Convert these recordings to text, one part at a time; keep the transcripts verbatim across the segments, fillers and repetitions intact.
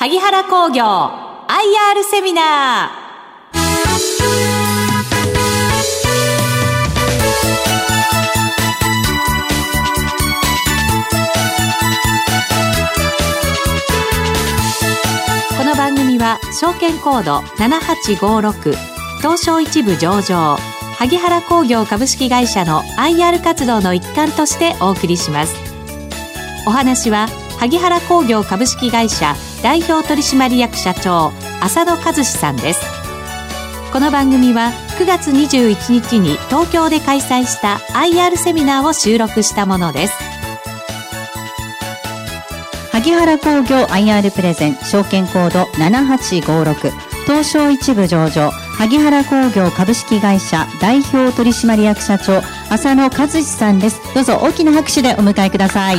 萩原工業 アイアール セミナー。この番組は証券コードななはちごろく東証一部上場萩原工業株式会社の アイアール 活動の一環としてお送りします。お話は萩原工業株式会社代表取締役社長浅野和志さんです。この番組はくがつにじゅういちにちに東京で開催した アイアール セミナーを収録したものです。 萩原工業 アイアール プレゼン証券コードななはちごろく東証一部上場萩原工業株式会社代表取締役社長浅野和志さんです。どうぞ大きな拍手でお迎えください。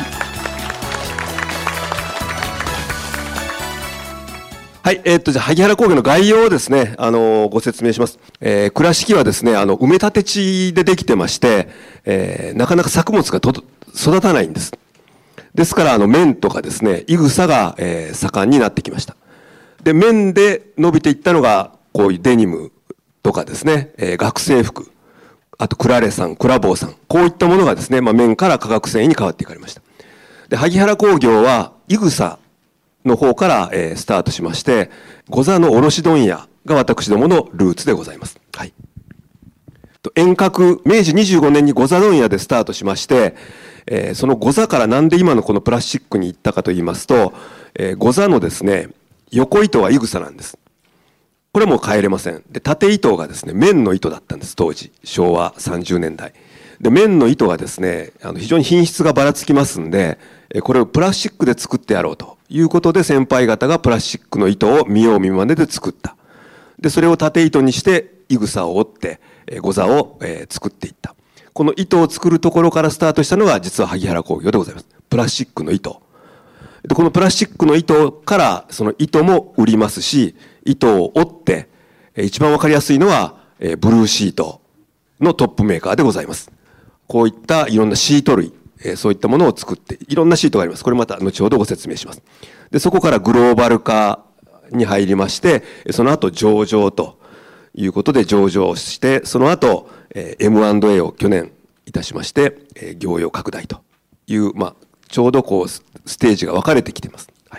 はい、えー、っとじゃあ萩原工業の概要をですね、あのー、ご説明します。えー、倉敷はですね、あの埋め立て地でできてまして、えー、なかなか作物がと育たないんです。ですからあの綿とかですね、い草が、えー、盛んになってきました。で、綿で伸びていったのがこういうデニムとかですね、えー、学生服、あとクラレさん、クラボーさん、こういったものがですね、まあ、綿から化学繊維に変わっていかれました。で、萩原工業はい草の方から、えー、スタートしまして、御座の卸問屋が私どものルーツでございます。はい。遠隔、めいじにじゅうごねんに御座問屋でスタートしまして、えー、その御座からなんで今のこのプラスチックに行ったかと言いますと、えー、御座のですね、横糸はい草なんです。これも変えれません。で、縦糸がですね、綿の糸だったんです、当時。しょうわさんじゅうねんだい。で、綿の糸がですね、あの非常に品質がばらつきますんで、これをプラスチックで作ってやろうということで、先輩方がプラスチックの糸を見よう見まねで作った。で、それを縦糸にして、い草を折って、御座を、えー、作っていった。この糸を作るところからスタートしたのが、実は萩原工業でございます。プラスチックの糸。で、このプラスチックの糸から、その糸も売りますし、糸を折って、一番わかりやすいのは、ブルーシートのトップメーカーでございます。こういったいろんなシート類、そういったものを作って、いろんなシートがあります。これまた後ほどご説明します。で、そこからグローバル化に入りまして、その後上場ということで上場して、その後、エムアンドエー を去年いたしまして、業用拡大という、まあ、ちょうどこう、ステージが分かれてきています。はい、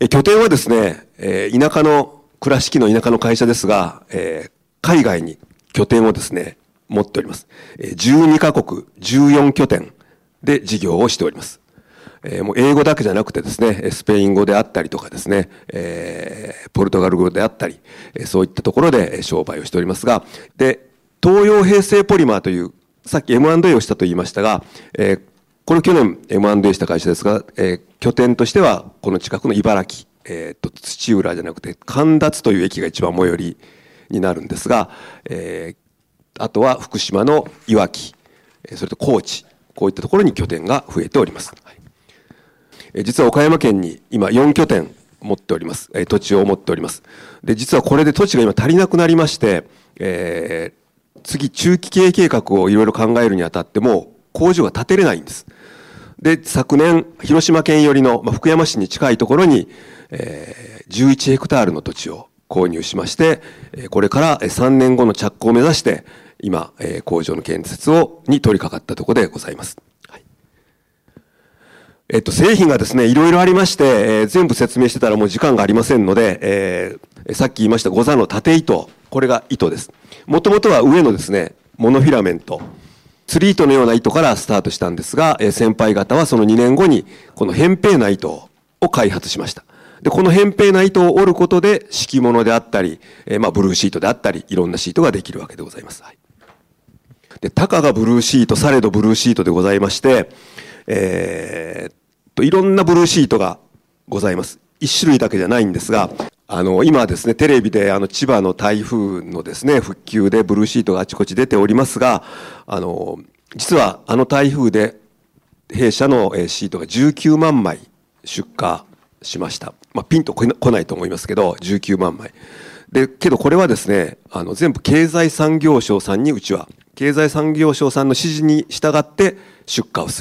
拠点はですね、田舎の、倉敷の田舎の会社ですが、海外に拠点をですね、持っております。じゅうにかこく、じゅうよんきょてんで事業をしております。もう英語だけじゃなくてですね、スペイン語であったりとかですね、ポルトガル語であったり、そういったところで商売をしておりますが、で、東洋平成ポリマーという、さっき エムアンドエー をしたと言いましたが、これ去年 エムアンドエー した会社ですが、拠点としてはこの近くの茨城、えー、と土浦じゃなくて神立という駅が一番最寄りになるんですが、えー、あとは福島のいわき、それと高知、こういったところに拠点が増えております。はい、えー、実は岡山県に今よんきょてん持っております、えー、土地を持っております。で、実はこれで土地が今足りなくなりまして、えー、次中期経営計画をいろいろ考えるにあたっても工場が建てれないんです。で、昨年広島県寄りの、まあ、福山市に近いところにえー、じゅういちヘクタールの土地を購入しまして、これからさんねんごの着工を目指して、今、工場の建設を、に取り掛かったところでございます。はい、えっと、製品がですね、いろいろありまして、えー、全部説明してたらもう時間がありませんので、えー、さっき言いました御座の縦糸、これが糸です。もともとは上のですね、モノフィラメント、釣り糸のような糸からスタートしたんですが、先輩方はそのにねんごに、この扁平な糸を開発しました。で、この扁平な糸を織ることで、敷物であったり、えー、まあ、ブルーシートであったり、いろんなシートができるわけでございます。はい、で、たかがブルーシート、されどブルーシートでございまして、えー、と、いろんなブルーシートがございます。一種類だけじゃないんですが、あの、今ですね、テレビであの、千葉の台風のですね、復旧でブルーシートがあちこち出ておりますが、あの、実はあの台風で、弊社のシートがじゅうきゅうまんまい出荷しました。まあ、ピンと来ないと思いますけど、じゅうきゅうまんまい。で、けどこれはですね、あの、全部経済産業省さんにうちは、経済産業省さんの指示に従って出荷をする。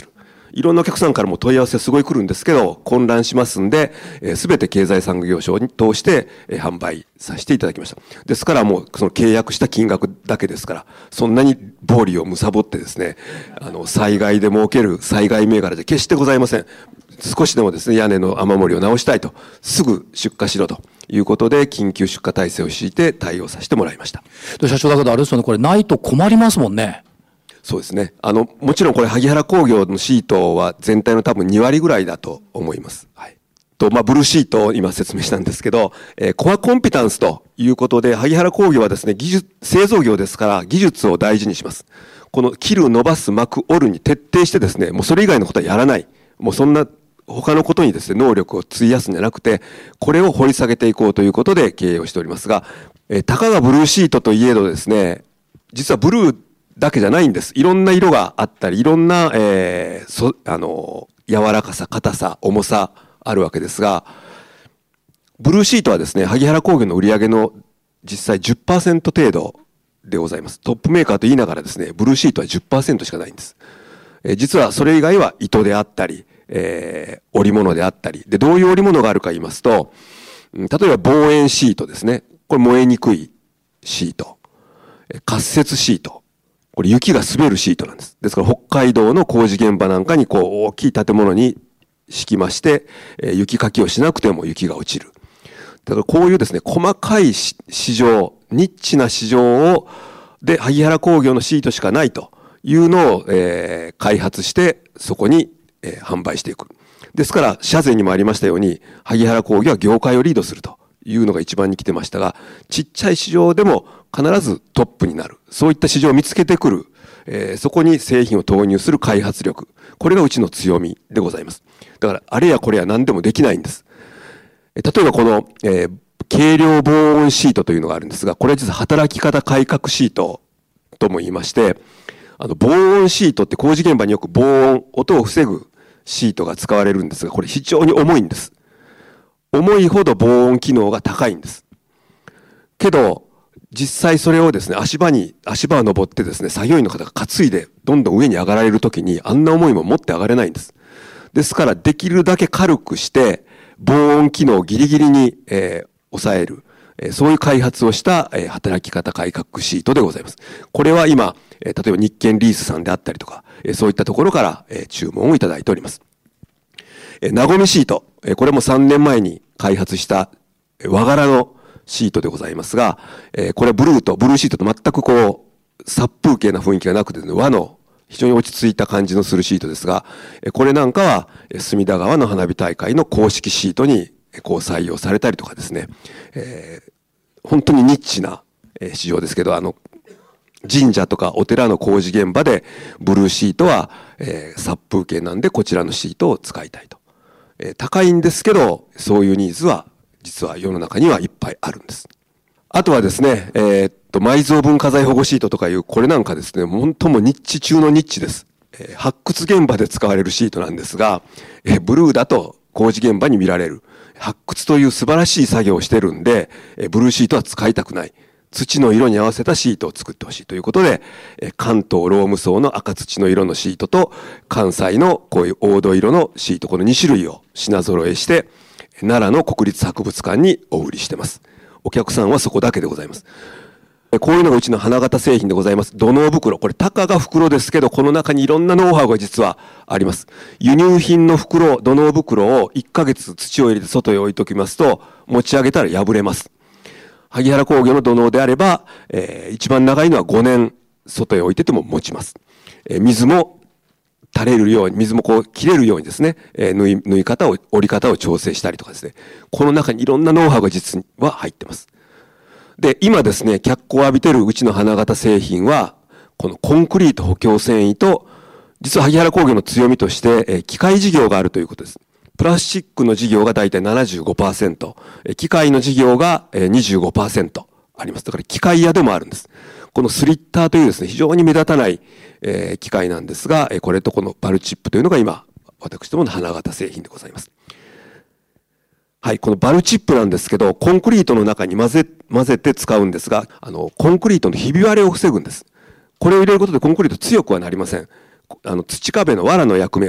いろんなお客さんからも問い合わせすごい来るんですけど、混乱しますんで、すべて経済産業省に通して、えー、販売させていただきました。ですからもう、その契約した金額だけですから、そんなに暴利を貪ってですね、あの、災害で儲ける災害銘柄で決してございません。少しでもですね、屋根の雨漏りを直したいと、すぐ出荷しろということで、緊急出荷体制を敷いて対応させてもらいました。 社長、だけどあれですよね、これないと困りますもんね。 そうですね。あの、もちろんこれ、萩原工業のシートは全体の多分にわりぐらいだと思います。はい。と、まあ、ブルーシートを今説明したんですけど、えー、コアコンピタンスということで、萩原工業はですね、技術、製造業ですから技術を大事にします。この切る、伸ばす、巻く、折るに徹底してですね、もうそれ以外のことはやらない。もうそんな他のことにですね、能力を費やすんじゃなくて、これを掘り下げていこうということで経営をしておりますが、えー、たかがブルーシートといえどですね、実はブルーだけじゃないんです。いろんな色があったり、いろんな、えー、そ、あの、柔らかさ、硬さ、重さあるわけですが、ブルーシートはですね、萩原工業の売上の実際 じゅっパーセント 程度でございます。トップメーカーと言いながらですね、ブルーシートは じゅっパーセント しかないんです。えー、実はそれ以外は糸であったり、えー、織物であったり、で、どういう織物があるか言いますと、例えば防煙シートですね。これ燃えにくいシート。滑雪シート。これ雪が滑るシートなんです。ですから北海道の工事現場なんかにこう大きい建物に敷きまして、えー、雪かきをしなくても雪が落ちる。だからこういうですね、細かい市場、ニッチな市場を、で、萩原工業のシートしかないというのを、えー、開発して、そこに、えー、販売していく。ですから、社税にもありましたように、萩原工業は業界をリードするというのが一番に来てましたが、ちっちゃい市場でも必ずトップになる。そういった市場を見つけてくる。えー、そこに製品を投入する開発力。これがうちの強みでございます。だから、あれやこれや何でもできないんです。例えばこの、えー、軽量防音シートというのがあるんですが、これは実は働き方改革シートとも言いまして、あの、防音シートって工事現場によく防音、音を防ぐシートが使われるんですが、これ非常に重いんです。重いほど防音機能が高いんです。けど、実際それをですね、足場に、足場を登ってですね、作業員の方が担いでどんどん上に上がられるときに、あんな重いもん持って上がれないんです。ですから、できるだけ軽くして、防音機能をギリギリに、えー、抑える、えー、そういう開発をした、えー、働き方改革シートでございます。これは今、えー、例えば日建リースさんであったりとか、えー、そういったところから、えー、注文をいただいております。えー、なごみシート、えー、これもさんねんまえに開発した、えー、和柄のシートでございますが、えー、これはブルーと、ブルーシートと全くこう、殺風景な雰囲気がなくてですね、和の非常に落ち着いた感じのするシートですが、これなんかは隅田川の花火大会の公式シートにこう採用されたりとかですね、えー、本当にニッチな市場ですけど、あの、神社とかお寺の工事現場でブルーシートは、えー、殺風景なんでこちらのシートを使いたいと。えー、高いんですけど、そういうニーズは実は世の中にはいっぱいあるんです。あとはですね、えー、っと、埋蔵文化財保護シートとかいう、これなんかですね、本当もニッチ中のニッチです。えー、発掘現場で使われるシートなんですが、えー、ブルーだと工事現場に見られる。発掘という素晴らしい作業をしてるんで、えー、ブルーシートは使いたくない。土の色に合わせたシートを作ってほしいということで、えー、関東ローム層の赤土の色のシートと、関西のこういう黄土色のシート、このに種類を品揃えして、奈良の国立博物館にお売りしてます。お客さんはそこだけでございます。こういうのがうちの花形製品でございます。土のう袋。これ、たかが袋ですけど、この中にいろんなノウハウが実はあります。輸入品の袋、土のう袋をいっかげつ土を入れて外へ置いときますと、持ち上げたら破れます。萩原工業の土のうであれば、えー、一番長いのはごねん外へ置いてても持ちます。えー、水も垂れるように、水もこう切れるようにですね、えー、縫い、縫い方を、折り方を調整したりとかですね。この中にいろんなノウハウが実は入ってます。で、今ですね、脚光を浴びてるうちの花形製品は、このコンクリート補強繊維と、実は萩原工業の強みとして、えー、機械事業があるということです。プラスチックの事業がだいたい ななじゅうごパーセント、えー、機械の事業が、えー、にじゅうごパーセントあります。だから機械屋でもあるんです。このスリッターというですね、非常に目立たない、えー、機械なんですが、これとこのバルチップというのが今、私どもの花形製品でございます。はい、このバルチップなんですけど、コンクリートの中に混ぜ、混ぜて使うんですが、あの、コンクリートのひび割れを防ぐんです。これを入れることでコンクリート強くはなりません。あの、土壁の藁の役目を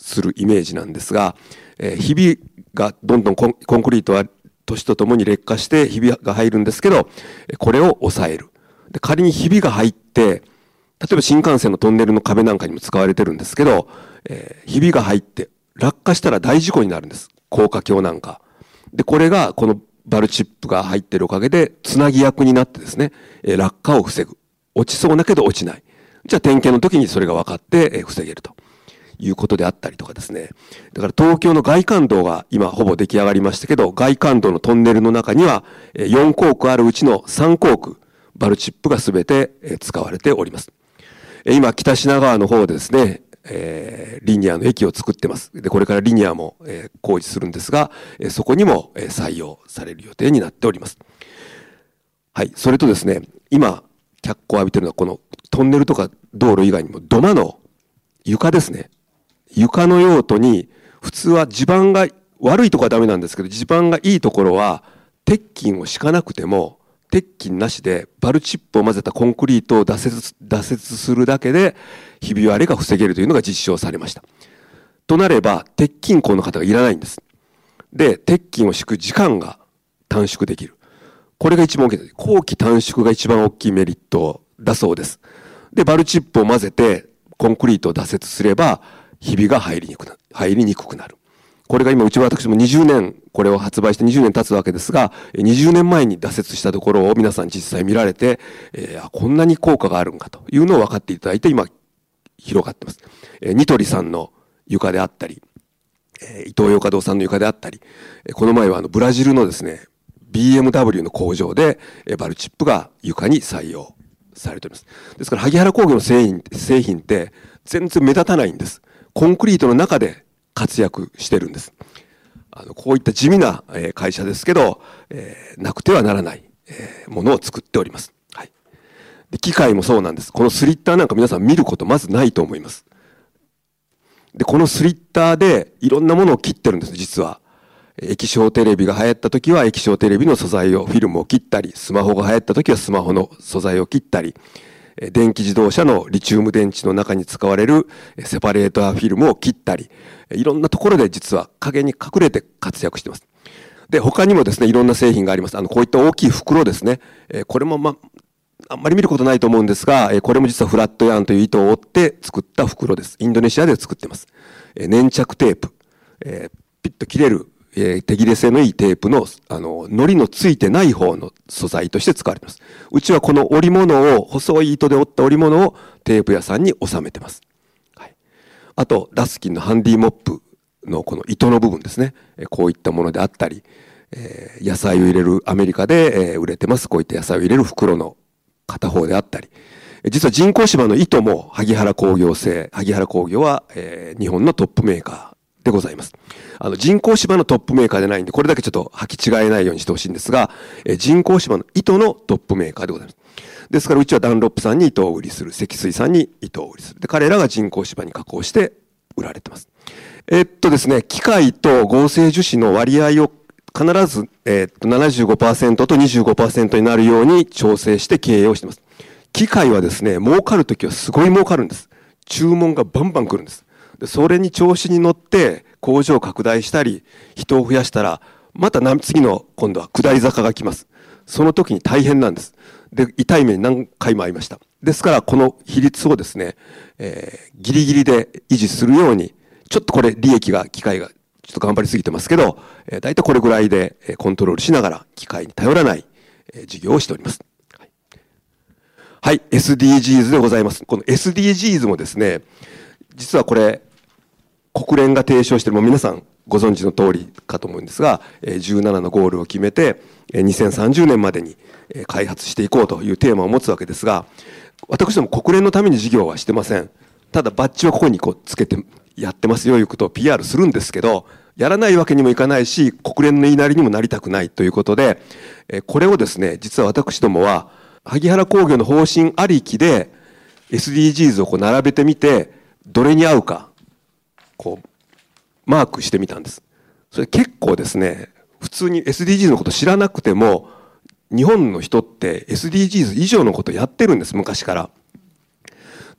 するイメージなんですが、えー、ひびがどんどんコン、コンクリートは年とともに劣化してひびが入るんですけど、これを抑える。で、仮にひびが入って、例えば新幹線のトンネルの壁なんかにも使われてるんですけど、えー、ひびが入って落下したら大事故になるんです。高架橋なんか。で、これがこのバルチップが入っているおかげで、つなぎ役になってですね、えー、落下を防ぐ。落ちそうだけど落ちない。じゃあ点検の時にそれが分かって、えー、防げるということであったりとかですね。だから東京の外環道が今ほぼ出来上がりましたけど、外環道のトンネルの中にはよんコークあるうちのさんコーク、バルチップが全て使われております。今、北品川の方でですね、えー、リニアの駅を作ってます。で、これからリニアも、えー、工事するんですが、えー、そこにも、えー、採用される予定になっております。はい。それとですね、今、脚光を浴びてるのは、このトンネルとか道路以外にも土間の床ですね。床の用途に、普通は地盤が悪いところはダメなんですけど、地盤がいいところは、鉄筋を敷かなくても、鉄筋なしでバルチップを混ぜたコンクリートを脱雪、脱雪するだけでひび割れが防げるというのが実証されました。となれば、鉄筋工の方がいらないんです。で、鉄筋を敷く時間が短縮できる。これが一番大きいです。工期短縮が一番大きいメリットだそうです。で、バルチップを混ぜてコンクリートを脱雪すれば、ひびが入りにくくなる。入りにくくなる。これが今、うちは私もにじゅうねん、これを発売してにじゅうねん経つわけですが、にじゅうねんまえに脱雪したところを皆さん実際見られて、えー、こんなに効果があるんかというのを分かっていただいて、今、広がっています。えー、ニトリさんの床であったり、えー、イトーヨーカドーさんの床であったり、えー、この前はあのブラジルのですね、ビーエムダブリュー の工場で、えー、バルチップが床に採用されております。ですから、萩原工業の製品、製品って全然目立たないんです。コンクリートの中で活躍してるんです。あの、こういった地味な会社ですけど、えー、なくてはならないものを作っております。はい。で、機械もそうなんです。このスリッターなんか皆さん見ることまずないと思います。で、このスリッターでいろんなものを切ってるんです、実は。液晶テレビが流行った時は液晶テレビの素材を、フィルムを切ったり、スマホが流行った時はスマホの素材を切ったり、電気自動車のリチウム電池の中に使われるセパレーターフィルムを切ったり、いろんなところで実は影に隠れて活躍しています。で、他にもですね、いろんな製品があります。あの、こういった大きい袋ですね。これもま、あんまり見ることないと思うんですが、これも実はフラットヤーンという糸を折って作った袋です。インドネシアで作っています。粘着テープ、ピッと切れるえー、手切れ性のいいテープの、あの、糊のついてない方の素材として使われています。うちはこの織物を、細い糸で織った織物をテープ屋さんに収めてます。はい。あと、ダスキンのハンディモップのこの糸の部分ですね。えー、こういったものであったり、えー、野菜を入れる、アメリカで、えー、売れてます。こういった野菜を入れる袋の片方であったり、実は人工芝の糸も萩原工業製、萩原工業は、えー、日本のトップメーカーでございます。あの、人工芝のトップメーカーでないんで、これだけちょっと履き違えないようにしてほしいんですが、え人工芝の糸のトップメーカーでございます。ですから、うちはダンロップさんに糸を売りする、積水さんに糸を売りする。で、彼らが人工芝に加工して売られてます。えっとですね、機械と合成樹脂の割合を必ず、えっと、ななじゅうごパーセント と にじゅうごパーセント になるように調整して経営をしています。機械はですね、儲かるときはすごい儲かるんです。注文がバンバン来るんです。で、それに調子に乗って、工場を拡大したり、人を増やしたら、また次の今度は下り坂が来ます。その時に大変なんです。で、痛い目に何回もありました。ですから、この比率をですね、えー、ギリギリで維持するように、ちょっとこれ利益が、機械がちょっと頑張りすぎてますけど、えー、大体これぐらいでコントロールしながら、機械に頼らない、えー、事業をしております。はい、はい、エスディージーズ でございます。この エスディージーズ もですね、実はこれ、国連が提唱している、もう皆さんご存知の通りかと思うんですが、じゅうななのゴールを決めて、にせんさんじゅうねんまでに開発していこうというテーマを持つわけですが、私ども国連のために事業はしてません。ただバッジはここにこうつけてやってますよ、いうことを ピーアール するんですけど、やらないわけにもいかないし、国連の言いなりにもなりたくないということで、これをですね、実は私どもは、萩原工業の方針ありきで エスディージーズ をこう並べてみて、どれに合うか、こう、マークしてみたんです。それ結構ですね、普通に エスディージーズ のこと知らなくても、日本の人って エスディージーズ 以上のことやってるんです、昔から。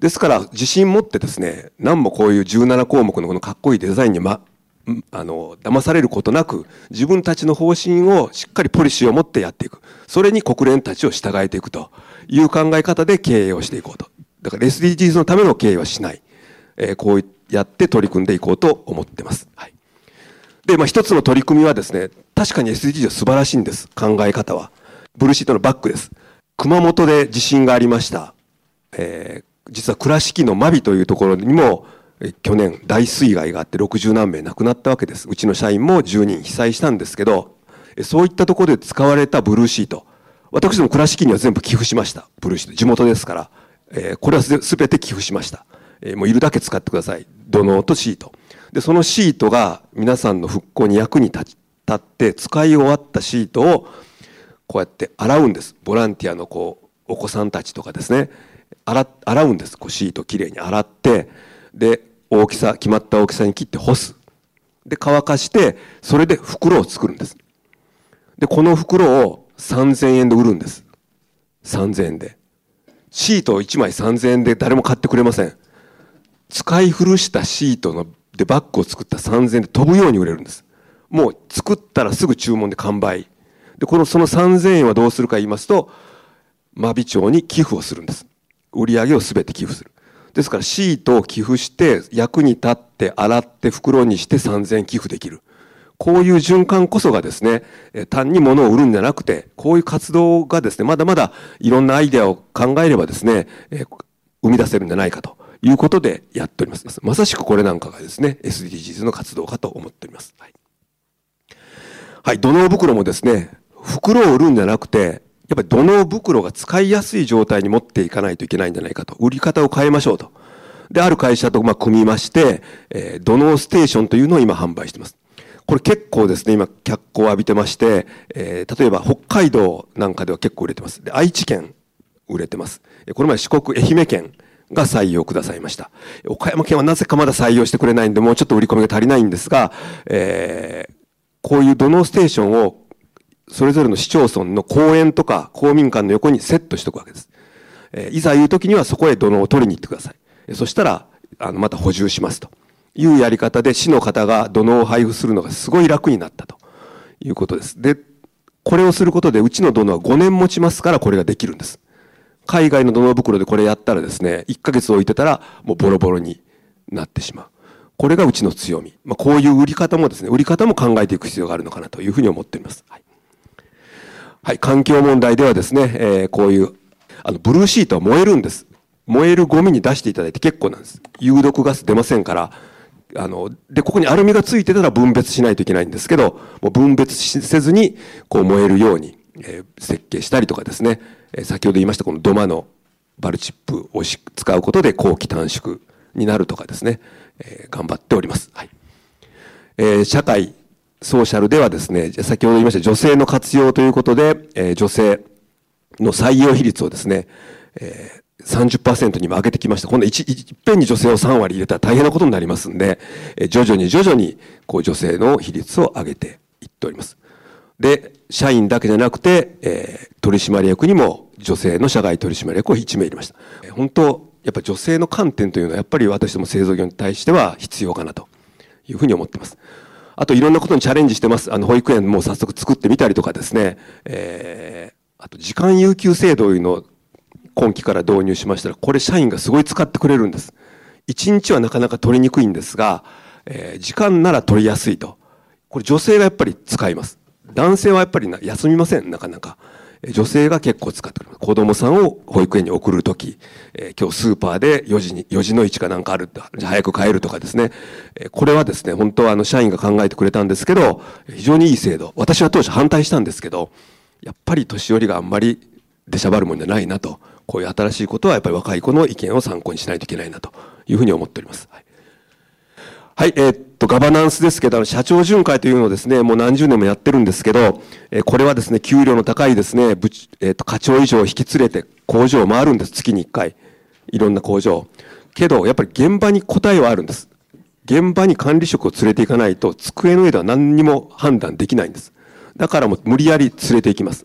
ですから自信持ってですね、何もこういうじゅうななこうもくのこのかっこいいデザインにま、あの、騙されることなく、自分たちの方針をしっかりポリシーを持ってやっていく。それに国連たちを従えていくという考え方で経営をしていこうと。だから エスディージーズ のための経営はしない。えー、こうやって取り組んでいこうと思っています。はい。で、まあ一つの取り組みはですね、確かに エスディージーズ は素晴らしいんです。考え方は。ブルーシートのバックです。熊本で地震がありました。えー、実は倉敷の真備というところにも、去年大水害があってろくじゅうなんめい亡くなったわけです。うちの社員もじゅうにん被災したんですけど、そういったところで使われたブルーシート。私ども倉敷には全部寄付しました。ブルーシート。地元ですから。えー、これはすべて寄付しました。えー、もういるだけ使ってください。土のうとシート。で、そのシートが皆さんの復興に役に立って使い終わったシートをこうやって洗うんです。ボランティアのこう、お子さんたちとかですね。洗、洗うんです。こうシートきれいに洗って、で、大きさ、決まった大きさに切って干す。で、乾かして、それで袋を作るんです。で、この袋をさんぜんえんで売るんです。さんぜんえんで。シートいちまいさんぜんえんで誰も買ってくれません。使い古したシートのでバッグを作ったさんぜんえんで飛ぶように売れるんです。もう作ったらすぐ注文で完売。で、このそのさんぜんえんはどうするか言いますと、真備町に寄付をするんです。売り上げをすべて寄付する。ですからシートを寄付して役に立って洗って袋にしてさんぜんえん寄付できる。こういう循環こそがですね、単に物を売るんじゃなくて、こういう活動がですね、まだまだいろんなアイデアを考えればですね、生み出せるんじゃないかということでやっております。まさしくこれなんかがですね、エスディージーズ の活動かと思っております。はい。はい、土のう袋もですね、袋を売るんじゃなくて、やっぱり土のう袋が使いやすい状態に持っていかないといけないんじゃないかと。売り方を変えましょうと。で、ある会社とまあ組みまして、えー、土のうステーションというのを今販売しています。これ結構ですね、今脚光を浴びてまして、えー、例えば北海道なんかでは結構売れてます。で、愛知県売れてます。この前四国、愛媛県が採用くださいました。岡山県はなぜかまだ採用してくれないんで、もうちょっと売り込みが足りないんですが、えー、こういう土のうステーションをそれぞれの市町村の公園とか公民館の横にセットしておくわけです。えー、いざ言うときにはそこへ土のうを取りに行ってください。えー、そしたら、あの、また補充しますというやり方で市の方が土のうを配布するのがすごい楽になったということです。で、これをすることでうちの土のうはごねん持ちますからこれができるんです。海外の土のう袋でこれやったらですね、いっかげつ置いてたらもうボロボロになってしまう。これがうちの強み。まあ、こういう売り方もですね、売り方も考えていく必要があるのかなというふうに思っております。はい。はい、環境問題ではですね、えー、こういう、あの、ブルーシートは燃えるんです。燃えるゴミに出していただいて結構なんです。有毒ガス出ませんから、あの、で、ここにアルミがついてたら分別しないといけないんですけど、もう分別せずに、こう燃えるように、えー、設計したりとかですね、えー、先ほど言いましたこの土間のバルチップを使うことで工期短縮になるとかですね、えー、頑張っております。はい。えー、社会、ソーシャルではですね、先ほど言いました女性の活用ということで、えー、女性の採用比率をですね、えー、さんじゅっパーセント にも上げてきました。今度一、いっぺんに女性をさんわり入れたら大変なことになりますんで、えー、徐々に徐々に、こう女性の比率を上げていっております。で、社員だけじゃなくて、えー、取締役にも女性の社外取締役をいちめい入れました。えー、本当、やっぱ女性の観点というのは、やっぱり私ども製造業に対しては必要かなというふうに思っています。あといろんなことにチャレンジしてます。あの、保育園も早速作ってみたりとかですね、えー、あと時間有給制度というのを今期から導入しましたら、これ社員がすごい使ってくれるんです。いちにちはなかなか取りにくいんですが、えー、時間なら取りやすいと。これ女性がやっぱり使います。男性はやっぱり休みません、なかなか。女性が結構使ってくれます。子供さんを保育園に送るとき、えー、今日スーパーでよじに、よじの市かなんかある、じゃ早く帰るとかですね。えー、これはですね、本当はあの社員が考えてくれたんですけど、非常にいい制度。私は当初反対したんですけど、やっぱり年寄りがあんまり出しゃばるもんじゃないなと。こういう新しいことはやっぱり若い子の意見を参考にしないといけないなというふうに思っております。はい、はい、えー、っと、ガバナンスですけど、社長巡回というのをですね、もう何十年もやってるんですけど、えー、これはですね、給料の高いですね、部、えー、っと、課長以上を引き連れて工場を回るんです。月にいっかい。いろんな工場。けど、やっぱり現場に答えはあるんです。現場に管理職を連れて行かないと、机の上では何にも判断できないんです。だからもう無理やり連れて行きます。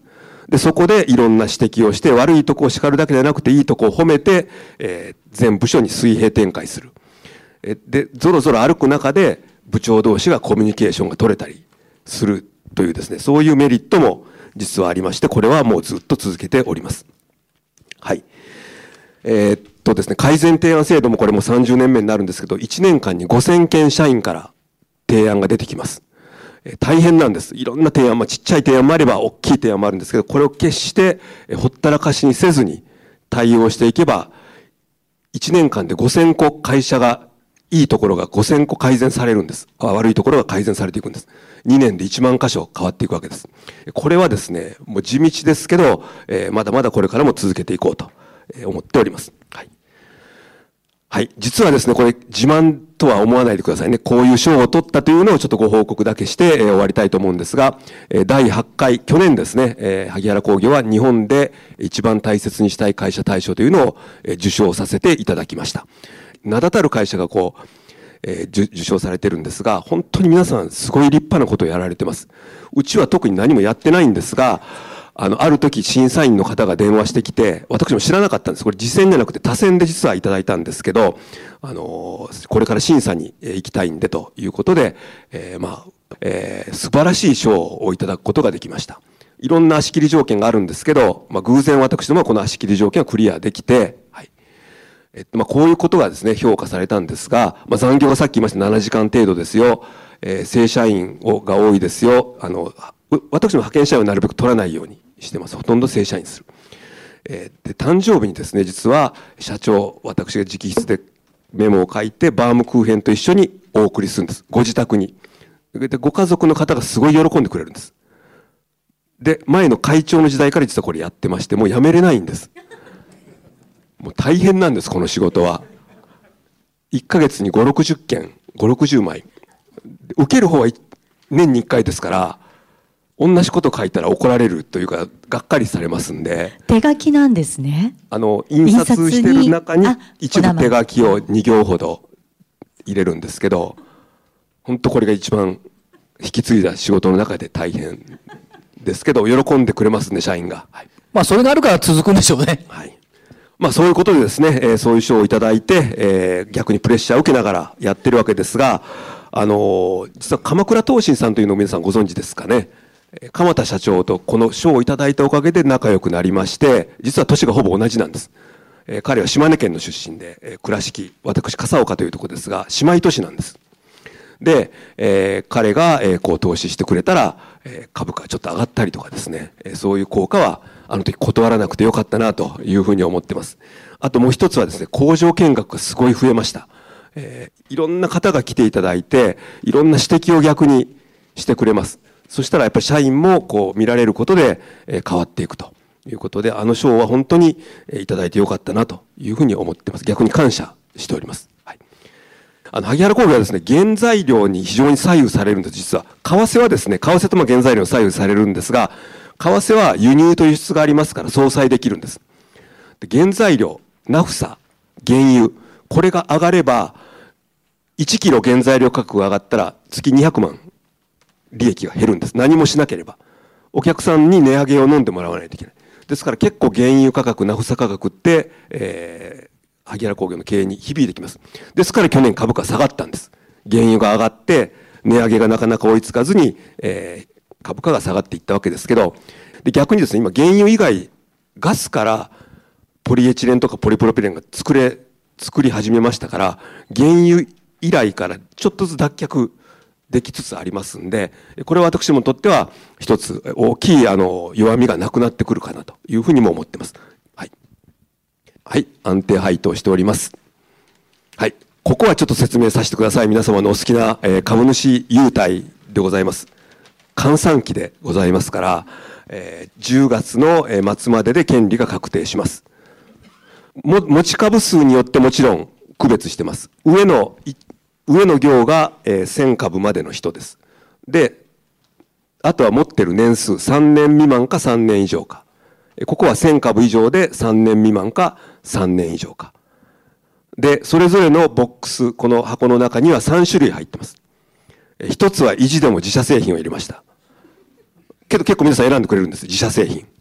で、そこでいろんな指摘をして、悪いとこを叱るだけではなくて、いいとこを褒めて、えー、全部署に水平展開する。で、ぞろぞろ歩く中で、部長同士がコミュニケーションが取れたりするというですね、そういうメリットも実はありまして、これはもうずっと続けております。はい。えー、っとですね、改善提案制度もこれもさんじゅうねんめになるんですけど、いちねんかんにごせんけん社員から提案が出てきます。えー、大変なんです。いろんな提案、まあ、ちっちゃい提案もあれば、大きい提案もあるんですけど、これを決して、えー、ほったらかしにせずに対応していけば、いちねんかんでごせんこ会社が、いいところがごせんこ改善されるんです。悪いところが改善されていくんです。にねんでいちまんかしょ変わっていくわけです。これはですね、もう地道ですけど、えー、まだまだこれからも続けていこうと思っております。はい。はい。実はですね、これ自慢とは思わないでくださいね。こういう賞を取ったというのをちょっとご報告だけして、えー、終わりたいと思うんですが、えー、だいはちかい、去年ですね、えー、萩原工業は日本で一番大切にしたい会社大賞というのを、えー、受賞させていただきました。名だたる会社がこう、えー、受賞されてるんですが、本当に皆さんすごい立派なことをやられてます。うちは特に何もやってないんですが、あの、ある時審査員の方が電話してきて、私も知らなかったんです。これ次戦じゃなくて他戦で実はいただいたんですけど、あの、これから審査に行きたいんでということで、えー、まあ、えー、素晴らしい賞をいただくことができました。いろんな足切り条件があるんですけど、まあ、偶然私どもはこの足切り条件をクリアできて、はい。えっと、まあ、こういうことがですね、評価されたんですが、まあ、残業がさっき言いましたななじかん程度ですよ。えー、正社員をが多いですよ。あの、私も派遣社員をなるべく取らないようにしてます。ほとんど正社員する。えー、で、誕生日にですね、実は社長、私が直筆でメモを書いて、バームクーヘンと一緒にお送りするんです。ご自宅に。で、ご家族の方がすごい喜んでくれるんです。で、前の会長の時代から実はこれやってまして、もうやめれないんです。もう大変なんです、この仕事は。いっかげつにご、ろくじゅっけん、ご、ろくじゅうまい。受ける方は年にいっかいですから、同じこと書いたら怒られるというか、がっかりされますんで。 手書きなんですね。 あの、印刷してる中に一部手書きをにぎょうほど入れるんですけど、本当これが一番引き継いだ仕事の中で大変ですけど、喜んでくれますね、社員が。はい、 まあ、それがあるから続くんでしょうね。 はい。まあそういうことでですね、えー、そういう賞をいただいて、えー、逆にプレッシャーを受けながらやってるわけですが、あのー、実は鎌倉東進さんというのを皆さんご存知ですかね。鎌田社長とこの賞をいただいたおかげで仲良くなりまして、実は年がほぼ同じなんです。えー、彼は島根県の出身で、えー、倉敷、私笠岡というところですが、姉妹都市なんです。で、えー、彼が、えー、こう投資してくれたら、えー、株価ちょっと上がったりとかですね、えー、そういう効果はあの時断らなくてよかったなというふうに思ってます。あともう一つはですね、工場見学がすごい増えました。えー、いろんな方が来ていただいて、いろんな指摘を逆にしてくれます。そしたらやっぱり社員もこう見られることで、えー、変わっていくということで、あの賞は本当に、えー、いただいてよかったなというふうに思ってます。逆に感謝しております。はい。あの、萩原工業はですね、原材料に非常に左右されるんです、実は。為替はですね、為替とも原材料に左右されるんですが、為替は輸入と輸出がありますから相殺できるんです。で、原材料、ナフサ、原油、これが上がれば、いちキロ原材料価格が上がったら月にひゃくまん利益が減るんです。何もしなければ。お客さんに値上げを飲んでもらわないといけない。ですから結構原油価格、ナフサ価格って、えー、萩原工業の経営に響いてきます。ですから去年株価下がったんです。原油が上がって、値上げがなかなか追いつかずに、えー、株価が下がっていったわけですけど、で逆にですね、今原油以外、ガスからポリエチレンとかポリプロピレンが作れ、作り始めましたから、原油以来からちょっとずつ脱却できつつありますんで、これは私もとっては一つ大きいあの弱みがなくなってくるかなというふうにも思っています。はい。はい。安定配当しております。はい。ここはちょっと説明させてください。皆様のお好きな、えー、株主優待でございます。換算期でございますから、えー、じゅうがつの末までで権利が確定します。も、持ち株数によってもちろん区別してます。上の、上の行が、えー、せんかぶまでの人です。で、あとは持ってる年数、さんねん未満かさんねん以上か。ここはせんかぶ以上でさんねん未満かさんねん以上か。で、それぞれのボックス、この箱の中にはさんしゅるい入ってます。一つは意地でも自社製品を入れました。けど結構皆さん選んでくれるんです。自社製品。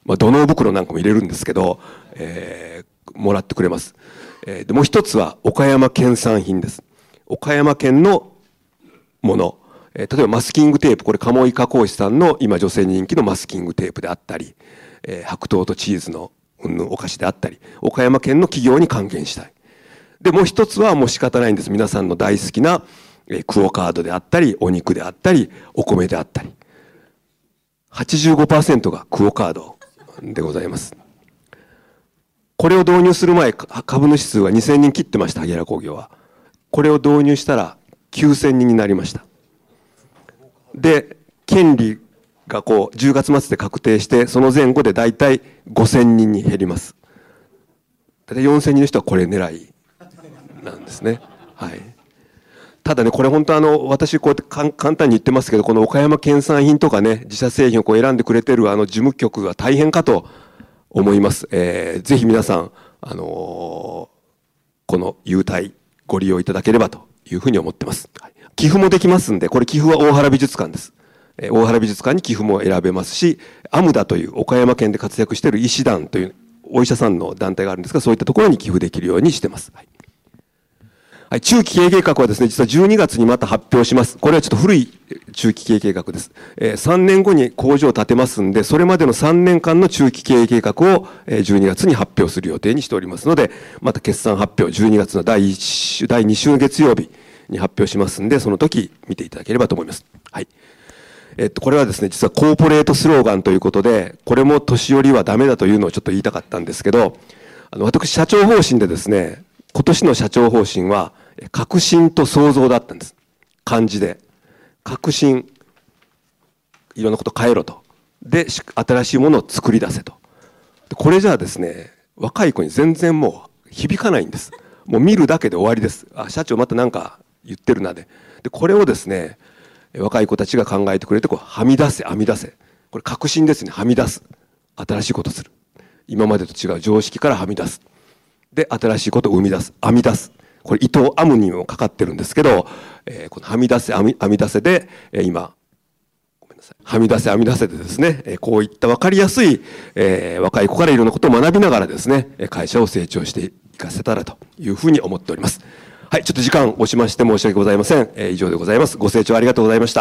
まあ、土のう袋なんかも入れるんですけど、えー、もらってくれます。えー、でもう一つは岡山県産品です。岡山県のもの、えー、例えばマスキングテープ、これ鴨居加工師さんの今女性に人気のマスキングテープであったり、えー、白桃とチーズのお菓子であったり、岡山県の企業に還元したい。でもう一つはもう仕方ないんです。皆さんの大好きな、えー、クオカードであったり、お肉であったり、お米であったり、はちじゅうごパーセント がクオカードでございます。これを導入する前、株主数はにせんにん切ってました、萩原工業は。これを導入したらきゅうせんにんになりました。で、権利がこうじゅうがつ末で確定して、その前後でだいたいごせんにんに減ります。だいたいよんせんにんの人はこれ狙いなんですね。はい。ただね、これ本当あの、私こうやって簡単に言ってますけど、この岡山県産品とかね、自社製品をこう選んでくれてるあの事務局は大変かと思います。えー、ぜひ皆さん、あのー、この優待ご利用いただければというふうに思ってます。はい、寄付もできますんで、これ寄付は大原美術館です。えー、大原美術館に寄付も選べますし、アムダという岡山県で活躍している医師団というお医者さんの団体があるんですが、そういったところに寄付できるようにしてます。はい、はい、中期経営計画はですね、実はじゅうにがつにまた発表します。これはちょっと古い中期経営計画です。えー、さんねんごに工場を建てますんで、それまでのさんねんかんの中期経営計画をじゅうにがつに発表する予定にしておりますので、また決算発表、じゅうにがつのだいいち週、だいに週の月曜日に発表しますんで、その時見ていただければと思います。はい。えっと、これはですね、実はコーポレートスローガンということで、これも年寄りはダメだというのをちょっと言いたかったんですけど、あの、私、社長方針でですね、今年の社長方針は、革新と創造だったんです。漢字で。革新、いろんなこと変えろと。で、新しいものを作り出せと。これじゃあですね、若い子に全然もう響かないんです。もう見るだけで終わりです。あ、社長またなんか言ってるなで。で、これをですね、若い子たちが考えてくれて、こう、はみ出せ、編み出せ。これ革新ですね、はみ出す。新しいことする。今までと違う常識からはみ出す。で、新しいことを生み出す。編み出す。これ伊藤編むにもかかってるんですけど、えー、このはみ出せ編み、編み出せで、えー、今、ごめんなさい。はみ出せ編み出せでですね、えー、こういった分かりやすい、えー、若い子からいろんなことを学びながらですね、会社を成長していかせたらというふうに思っております。はい、ちょっと時間を押しまして申し訳ございません。えー、以上でございます。ご清聴ありがとうございました。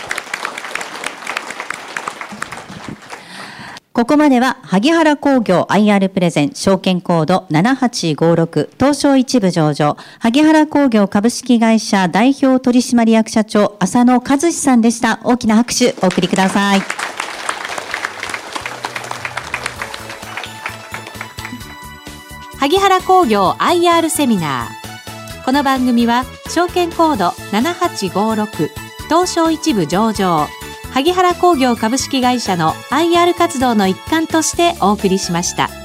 ここまでは萩原工業 アイアール プレゼン証券コードななはちごろく東証一部上場萩原工業株式会社代表取締役社長浅野和志さんでした。大きな拍手お送りください。 萩原工業 アイアール セミナー。この番組は証券コードななはちごろく東証一部上場萩原工業株式会社の アイアール 活動の一環としてお送りしました。